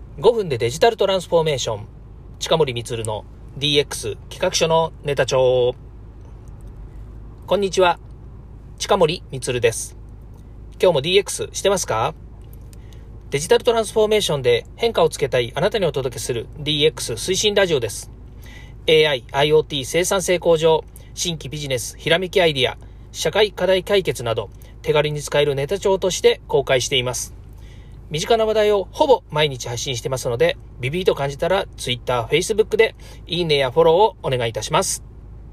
5分でデジタルトランスフォーメーション、近森光の DX 企画書のネタ帳。こんにちは、近森光です。今日も DX してますか？デジタルトランスフォーメーションで変化をつけたいあなたにお届けする DX 推進ラジオです。AI、IoT 生産性向上、新規ビジネスひらめきアイディア、社会課題解決など手軽に使えるネタ帳として公開しています。身近な話題をほぼ毎日配信してますので、ビビーと感じたら Twitter、Facebook でいいねやフォローをお願いいたします。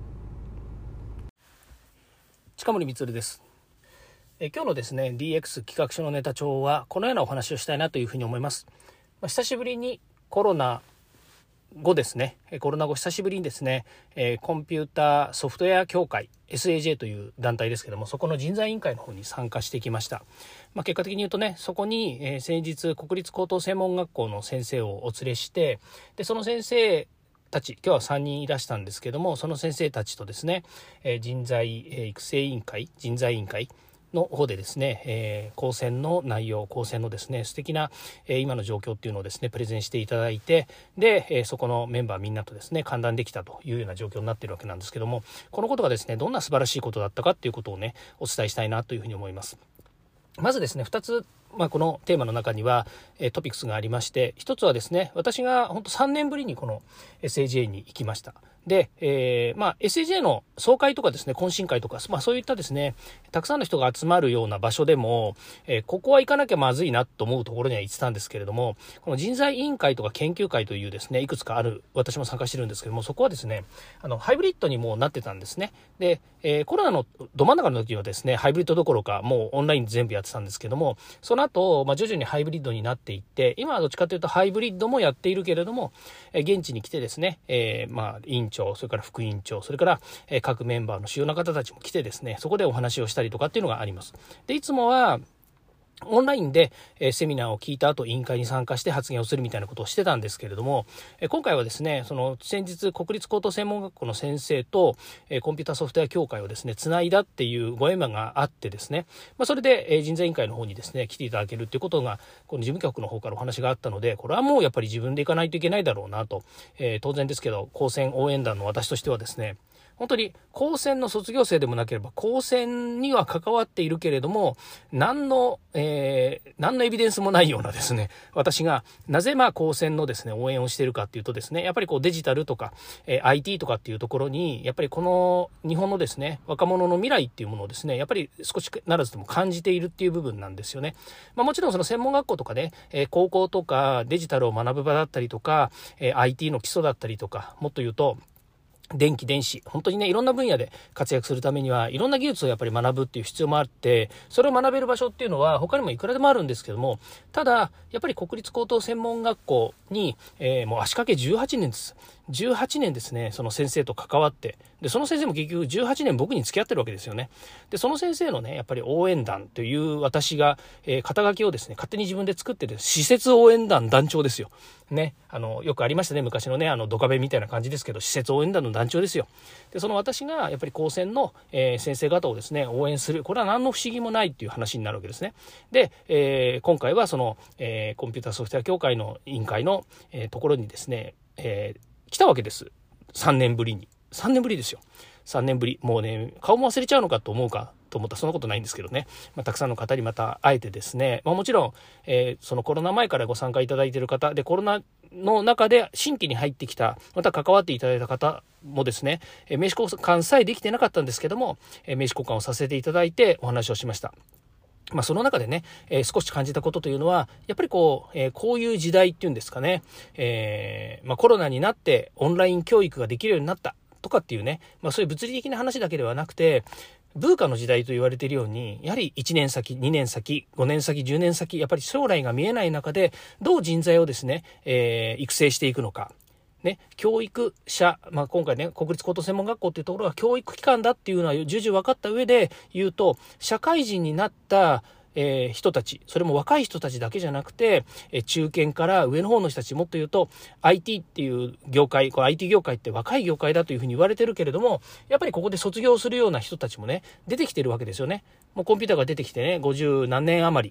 近森光です。今日のですね DX 企画書のネタ帳はこのようなお話をしたいなというふうに思います。久しぶりにコロナ後ですね、コロナ後久しぶりにですね、コンピューターソフトウェア協会 SAJ という団体ですけども、そこの人材委員会の方に参加してきました。結果的に言うとね、そこに、先日国立高等専門学校の先生をお連れして、でその先生たち、今日は3人いらしたんですけども、その先生たちとですね、人材育成委員会、人材委員会の方でですね、高専の内容、高専のですね素敵な、今の状況っていうのをですねプレゼンしていただいて、で、そこのメンバーみんなとですね歓談できたというような状況になっているわけなんですけども、このことがですねどんな素晴らしいことだったかっていうことをねお伝えしたいなというふうに思います。まずですね2つ、このテーマの中にはトピックスがありまして、一つはですね、私が本当3年ぶりにこの SAJ に行きました。で、SAJ の総会とかですね、懇親会とか、そういったですね、たくさんの人が集まるような場所でも、ここは行かなきゃまずいなと思うところには行ってたんですけれども、この人材委員会とか研究会というですね、いくつかある、私も参加してるんですけども、そこはですね、ハイブリッドにもなってたんですね。で、コロナのど真ん中の時はですね、ハイブリッドどころか、もうオンライン全部やってたんですけども、その後、徐々にハイブリッドになっていって、今はどっちかというとハイブリッドもやっているけれども、現地に来てですね、委員長、それから副委員長、それから、各メンバーの主要な方たちも来てですね、そこでお話をしたりとかっていうのがあります。で、いつもはオンラインでセミナーを聞いた後委員会に参加して発言をするみたいなことをしてたんですけれども、今回はですね、その先日国立高等専門学校の先生とコンピューターソフトウェア協会をですねつないだっていうご縁があってですね、それで人材委員会の方にですね来ていただけるっていうことがこの事務局の方からお話があったので、これはもうやっぱり自分で行かないといけないだろうなと、当然ですけど高専応援団の私としてはですね、本当に高専の卒業生でもなければ高専には関わっているけれども何のエビデンスもないようなですね、私がなぜ高専のですね応援をしているかっていうとですね、やっぱりデジタルとか、IT とかっていうところにやっぱりこの日本のですね若者の未来っていうものをですねやっぱり少しならずとも感じているっていう部分なんですよね。もちろんその専門学校とかね、高校とかデジタルを学ぶ場だったりとか、IT の基礎だったりとか、もっと言うと電気電子、本当にねいろんな分野で活躍するためにはいろんな技術をやっぱり学ぶっていう必要もあって、それを学べる場所っていうのは他にもいくらでもあるんですけども、ただやっぱり国立高等専門学校に、もう足掛け18年です。18年ですね、その先生と関わって、でその先生も結局18年僕に付き合ってるわけですよね。でその先生のねやっぱり応援団という私が、肩書きをですね勝手に自分で作ってる施設応援団団長ですよね。よくありましたね、昔のねドカベみたいな感じですけど、施設応援団の団長ですよ。でその私がやっぱり高専の、先生方をですね応援する、これは何の不思議もないっていう話になるわけですね。で、今回はその、コンピューターソフトウェア協会の委員会の、ところにですね、来たわけです。3年ぶりに。3年ぶりですよ。3年ぶり。もうね、顔も忘れちゃうのかと思うかと思ったらそんなことないんですけどね。たくさんの方にまた会えてですね、もちろん、そのコロナ前からご参加いただいている方で、コロナの中で新規に入ってきた、また関わっていただいた方もですね、名刺交換さえできてなかったんですけども、名刺交換をさせていただいてお話をしました。その中でね、少し感じたことというのは、やっぱりこういう時代っていうんですかね、コロナになってオンライン教育ができるようになったとかっていうね、そういう物理的な話だけではなくて、ブーカの時代と言われているように、やはり1年先、2年先、5年先、10年先、やっぱり将来が見えない中で、どう人材をですね、育成していくのか。ね、教育者、今回ね国立高等専門学校っていうところは教育機関だっていうのは重々分かった上で言うと、社会人になった人たち、それも若い人たちだけじゃなくて、中堅から上の方の人たち、もっと言うと IT っていう業界、これ IT 業界って若い業界だというふうに言われてるけれども、やっぱりここで卒業するような人たちもね出てきてるわけですよね。もうコンピューターが出てきてね50何年余り、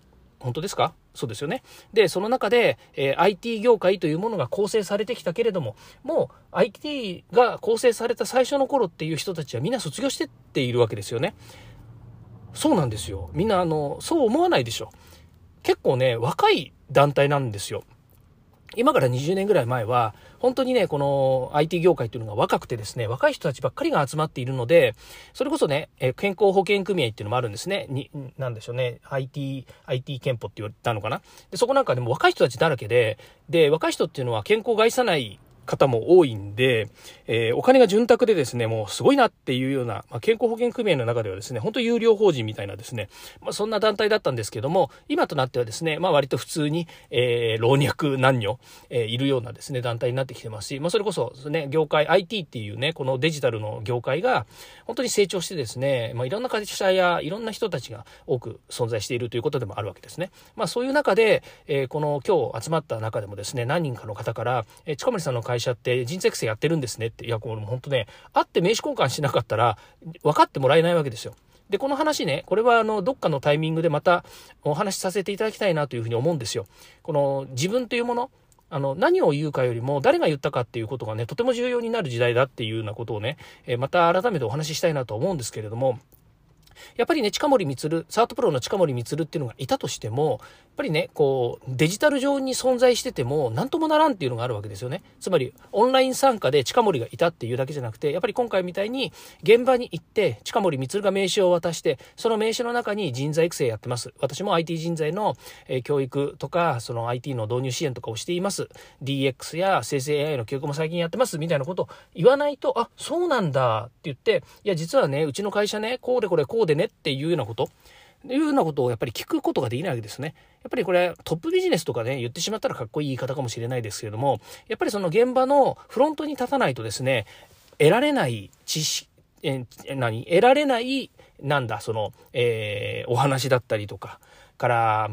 本当ですか？そうですよね。で、その中で、IT 業界というものが構成されてきたけれども、もう IT が構成された最初の頃っていう人たちはみんな卒業してっているわけですよね。そうなんですよ。みんなそう思わないでしょ。結構ね、若い団体なんですよ。今から20年ぐらい前は、本当にね、この IT 業界っていうのが若くてですね、若い人たちばっかりが集まっているので、それこそね、健康保険組合っていうのもあるんですね。なんでしょうね、IT 憲法って言ったのかな。で、そこなんかでも若い人たちだらけで、若い人っていうのは健康を害さない方も多いんで、お金が潤沢でですね、もうすごいなっていうような、健康保険組合の中ではですね、本当有料法人みたいなですね、そんな団体だったんですけども、今となってはですね、割と普通に、老若男女、いるようなですね、団体になってきてますし、それこそですね、業界 IT っていうね、このデジタルの業界が本当に成長してですね、いろんな会社やいろんな人たちが多く存在しているということでもあるわけですね。そういう中で、この今日集まった中でもですね、何人かの方から、近森さんの会社って人材育成やってるんですねって、いや、これも本当ね、会って名刺交換しなかったら分かってもらえないわけですよ。で、この話ね、これはどっかのタイミングでまたお話しさせていただきたいなというふうに思うんですよ。この自分というもの、何を言うかよりも誰が言ったかっていうことがね、とても重要になる時代だっていうようなことをね、また改めてお話ししたいなと思うんですけれども、やっぱりね、近森光、サートプロの近森光っていうのがいたとしても、やっぱりね、こう、デジタル上に存在してても、なんともならんっていうのがあるわけですよね。つまり、オンライン参加で近森がいたっていうだけじゃなくて、やっぱり今回みたいに、現場に行って、近森光が名刺を渡して、その名刺の中に人材育成やってます。私も IT 人材の、教育とか、その IT の導入支援とかをしています。DX や生成 AI の教育も最近やってます。みたいなことを言わないと、あ、そうなんだって言って、いや、実はね、うちの会社ね、こうでこれこうでねっていうようなことをやっぱり聞くことができないわけですね。やっぱりこれトップビジネスとかね、言ってしまったらかっこいい言い方かもしれないですけれども、やっぱりその現場のフロントに立たないとですね、得られない知識、得られないお話だったりとかから、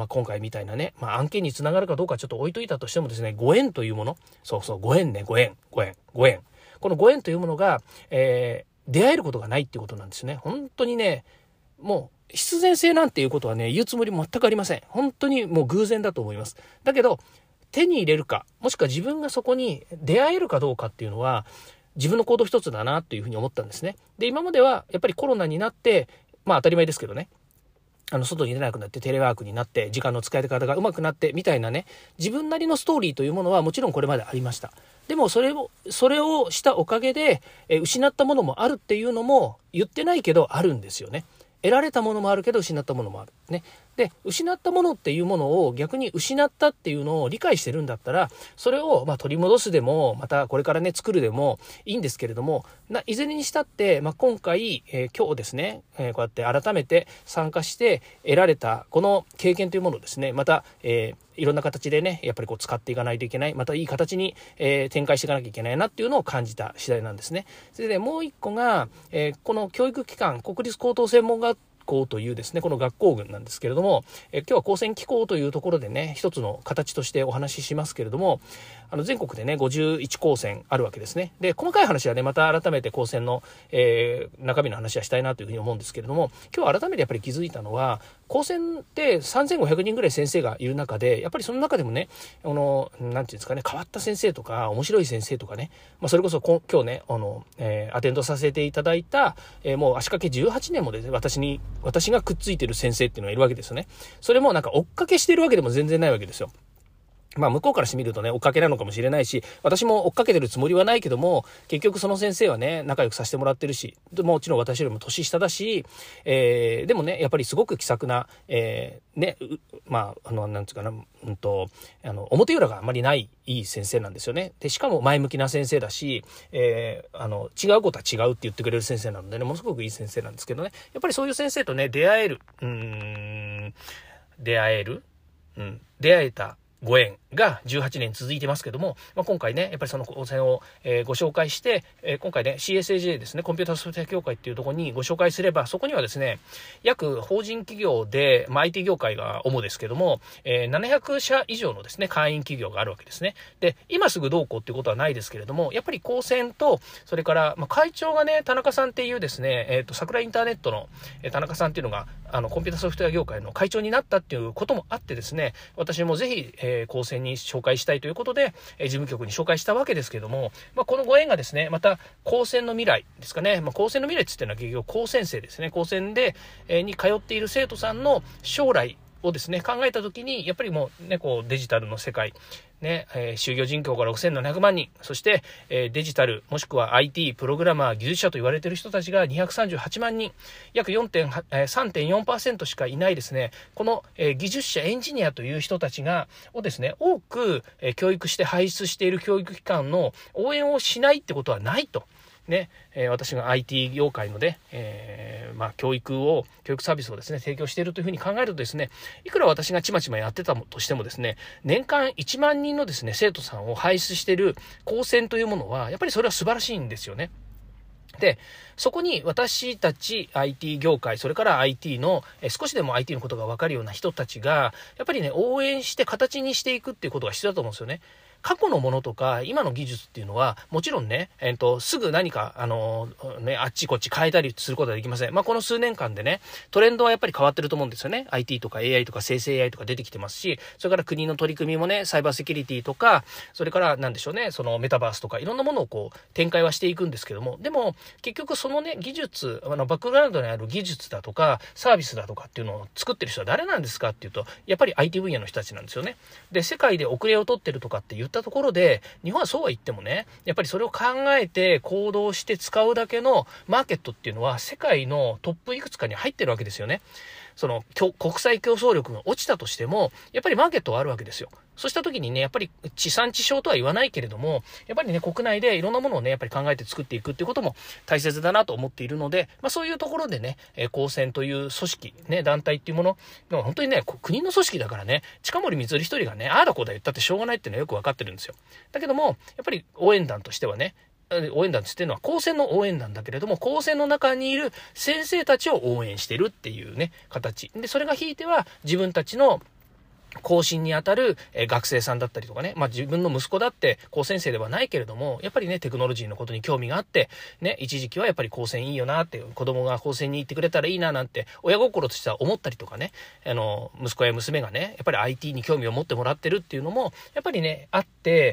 今回みたいなね、案件につながるかどうかちょっと置いといたとしてもですね、ご縁というもの、ご縁ね、ご縁。このご縁というものが、出会えることがないっていうことなんですね。本当にね、もう必然性なんていうことはね、言うつもり全くありません。本当にもう偶然だと思います。だけど、手に入れるか、もしくは自分がそこに出会えるかどうかっていうのは、自分の行動一つだなっていうふうに思ったんですね。で、今まではやっぱりコロナになって、当たり前ですけどね、外に出なくなってテレワークになって時間の使い方が上手くなってみたいなね、自分なりのストーリーというものはもちろんこれまでありました。でもそれをしたおかげで、失ったものもあるっていうのも言ってないけどあるんですよね。得られたものもあるけど失ったものもあるね。で、失ったものっていうものを逆に失ったっていうのを理解してるんだったら、それを取り戻すでもまたこれからね作るでもいいんですけれども、いずれにしたって、今回、今日ですね、こうやって改めて参加して得られたこの経験というものをですね、また、いろんな形でね、やっぱりこう使っていかないといけない、またいい形に、展開していかなきゃいけないなっていうのを感じた次第なんですね。それでもう一個が、この教育機関、国立高等専門学校というですね、この学校群なんですけれども、今日は高専機構というところでね、一つの形としてお話ししますけれども、全国でね、51高専あるわけですね。で、細かい話はね、また改めて高専の、中身の話はしたいなというふうに思うんですけれども、今日改めてやっぱり気づいたのは、高専って3500人ぐらい先生がいる中で、やっぱりその中でもね、なんていうんですかね、変わった先生とか、面白い先生とかね、それこそ今日ね、アテンドさせていただいた、もう足掛け18年もですね、私がくっついてる先生っていうのがいるわけですよね。それもなんか追っかけしてるわけでも全然ないわけですよ。向こうからしてみるとね、追っかけなのかもしれないし、私も追っかけてるつもりはないけども、結局その先生はね、仲良くさせてもらってるし、もちろん私よりも年下だし、でもね、やっぱりすごく気さくな、なんつうかな、表裏があんまりないいい先生なんですよね。で、しかも前向きな先生だし、違うことは違うって言ってくれる先生なのでね、ものすごくいい先生なんですけどね、やっぱりそういう先生とね、出会えたご縁が18年続いてますけども、今回ねやっぱりその高専を、ご紹介して、今回ね CSAJ ですね、コンピュータソフトウェア協会っていうところにご紹介すれば、そこにはですね約法人企業で、IT 業界が主ですけども、700社以上のですね会員企業があるわけですね。で今すぐどうこうっていうことはないですけれども、やっぱり高専とそれから、会長がね田中さんっていうですね、桜インターネットの田中さんっていうのがコンピュータソフトウェア業界の会長になったっていうこともあってですね、私もぜひ、高専に紹介したいということで、事務局に紹介したわけですけども、このご縁がですね、また高専の未来ですかね、高専の未来って言ってるのは結局高専生ですね。高専で、に通っている生徒さんの将来をですね考えた時に、やっぱりもうねこうデジタルの世界ね、就業人口が6700万人、そして、デジタルもしくは IT プログラマー技術者と言われている人たちが238万人、約 3.4% しかいないですね、この、技術者エンジニアという人たちをですね多く、教育して輩出している教育機関の応援をしないってことはないと。ね、私が IT 業界ので、教育サービスをですね提供しているというふうに考えるとですね、いくら私がちまちまやってたとしてもですね、年間1万人のですね生徒さんを輩出している高専というものはやっぱりそれは素晴らしいんですよね。でそこに私たち IT 業界、それから IT の少しでも IT のことが分かるような人たちがやっぱりね応援して形にしていくっていうことが必要だと思うんですよね。過去のものとか今の技術っていうのはもちろんね、すぐ何かあっちこっち変えたりすることはできません。この数年間でねトレンドはやっぱり変わってると思うんですよね。 IT とか AI とか生成 AI とか出てきてますし、それから国の取り組みもねサイバーセキュリティとか、それからなんでしょうね、そのメタバースとかいろんなものをこう展開はしていくんですけども、でも結局そのね技術バックグラウンドにある技術だとかサービスだとかっていうのを作ってる人は誰なんですかっていうと、やっぱり IT 分野の人たちなんですよね。で世界で遅れを取ってるとかって言ったところで、日本はそうは言ってもねやっぱりそれを考えて行動して使うだけのマーケットっていうのは世界のトップいくつかに入ってるわけですよね。その国際競争力が落ちたとしてもやっぱりマーケットはあるわけですよ。そうした時にねやっぱり地産地消とは言わないけれども、やっぱりね国内でいろんなものをねやっぱり考えて作っていくっていうことも大切だなと思っているので、そういうところでね高専という組織ね団体っていうものの本当にね国の組織だからね、近森光一人がねああだこうだ言ったってしょうがないっていうのはよく分かってるんですよ。だけどもやっぱり応援団としてはね、応援団っていうのは高専の応援団だけれども、高専の中にいる先生たちを応援してるっていうね形で、それがひいては自分たちの後進にあたる学生さんだったりとかね、自分の息子だって高専生ではないけれどもやっぱりねテクノロジーのことに興味があってね、一時期はやっぱり高専いいよなって、子供が高専に行ってくれたらいいななんて親心としては思ったりとかね、息子や娘がねやっぱり IT に興味を持ってもらってるっていうのもやっぱりねあって、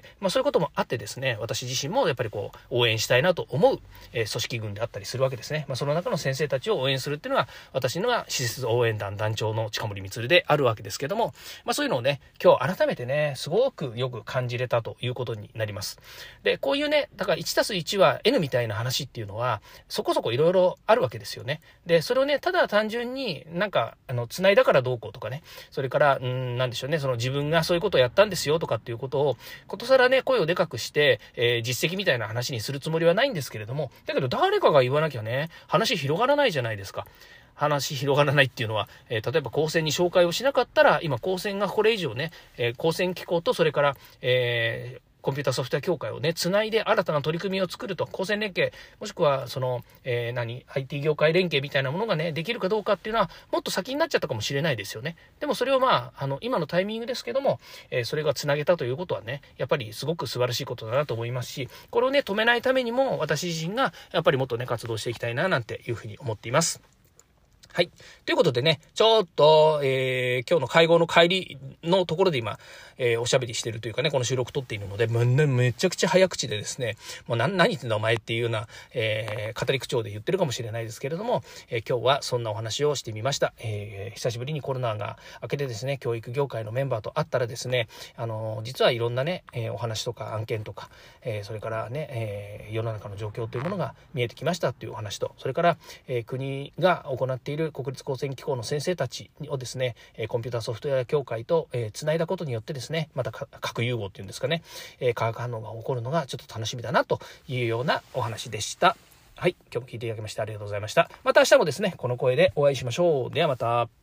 そういうこともあってですね、私自身もやっぱりこう応援したいなと思う、組織群であったりするわけですね。その中の先生たちを応援するっていうのが私の施設応援団団長の近森光であるわけですけども、そういうのをね今日改めてねすごくよく感じれたということになります。でこういうねだから 1+1 は N みたいな話っていうのはそこそこいろいろあるわけですよね。でそれをねただ単純になんか繋いだからどうこうとかね、それからなんでしょうね、その自分がそういうことをやったんですよとかっていうことをことさらね声をでかくして、実績みたいな話にするつもりはないんですけれども、だけど誰かが言わなきゃね話広がらないじゃないですか。話広がらないっていうのは、例えば高専に紹介をしなかったら今高専がこれ以上ね、高専機構とそれから、コンピュータソフトウェア協会をねつないで新たな取り組みを作ると、高専連携もしくはその、IT 業界連携みたいなものがねできるかどうかっていうのはもっと先になっちゃったかもしれないですよね。でもそれを今のタイミングですけども、それがつなげたということはねやっぱりすごく素晴らしいことだなと思いますし、これをね止めないためにも私自身がやっぱりもっとね活動していきたいななんていうふうに思っています。はい。ということでね、ちょっと、今日の会合の帰りのところで今、おしゃべりしてるというかね、この収録撮っているので、めちゃくちゃ早口でですね、もう何言ってんだお前っていうような、語り口調で言ってるかもしれないですけれども、今日はそんなお話をしてみました。久しぶりにコロナが明けてですね、教育業界のメンバーと会ったらですね、実はいろんなね、お話とか案件とか、それからね、世の中の状況というものが見えてきましたというお話と、それから、国が行っている国立高専機構の先生たちをですね、コンピューターソフトウェア協会とつないだことによってですね、また核融合っていうんですかね、化学反応が起こるのがちょっと楽しみだなというようなお話でした。はい、今日も聞いていただきましてありがとうございました。また明日もですねこの声でお会いしましょう。ではまた。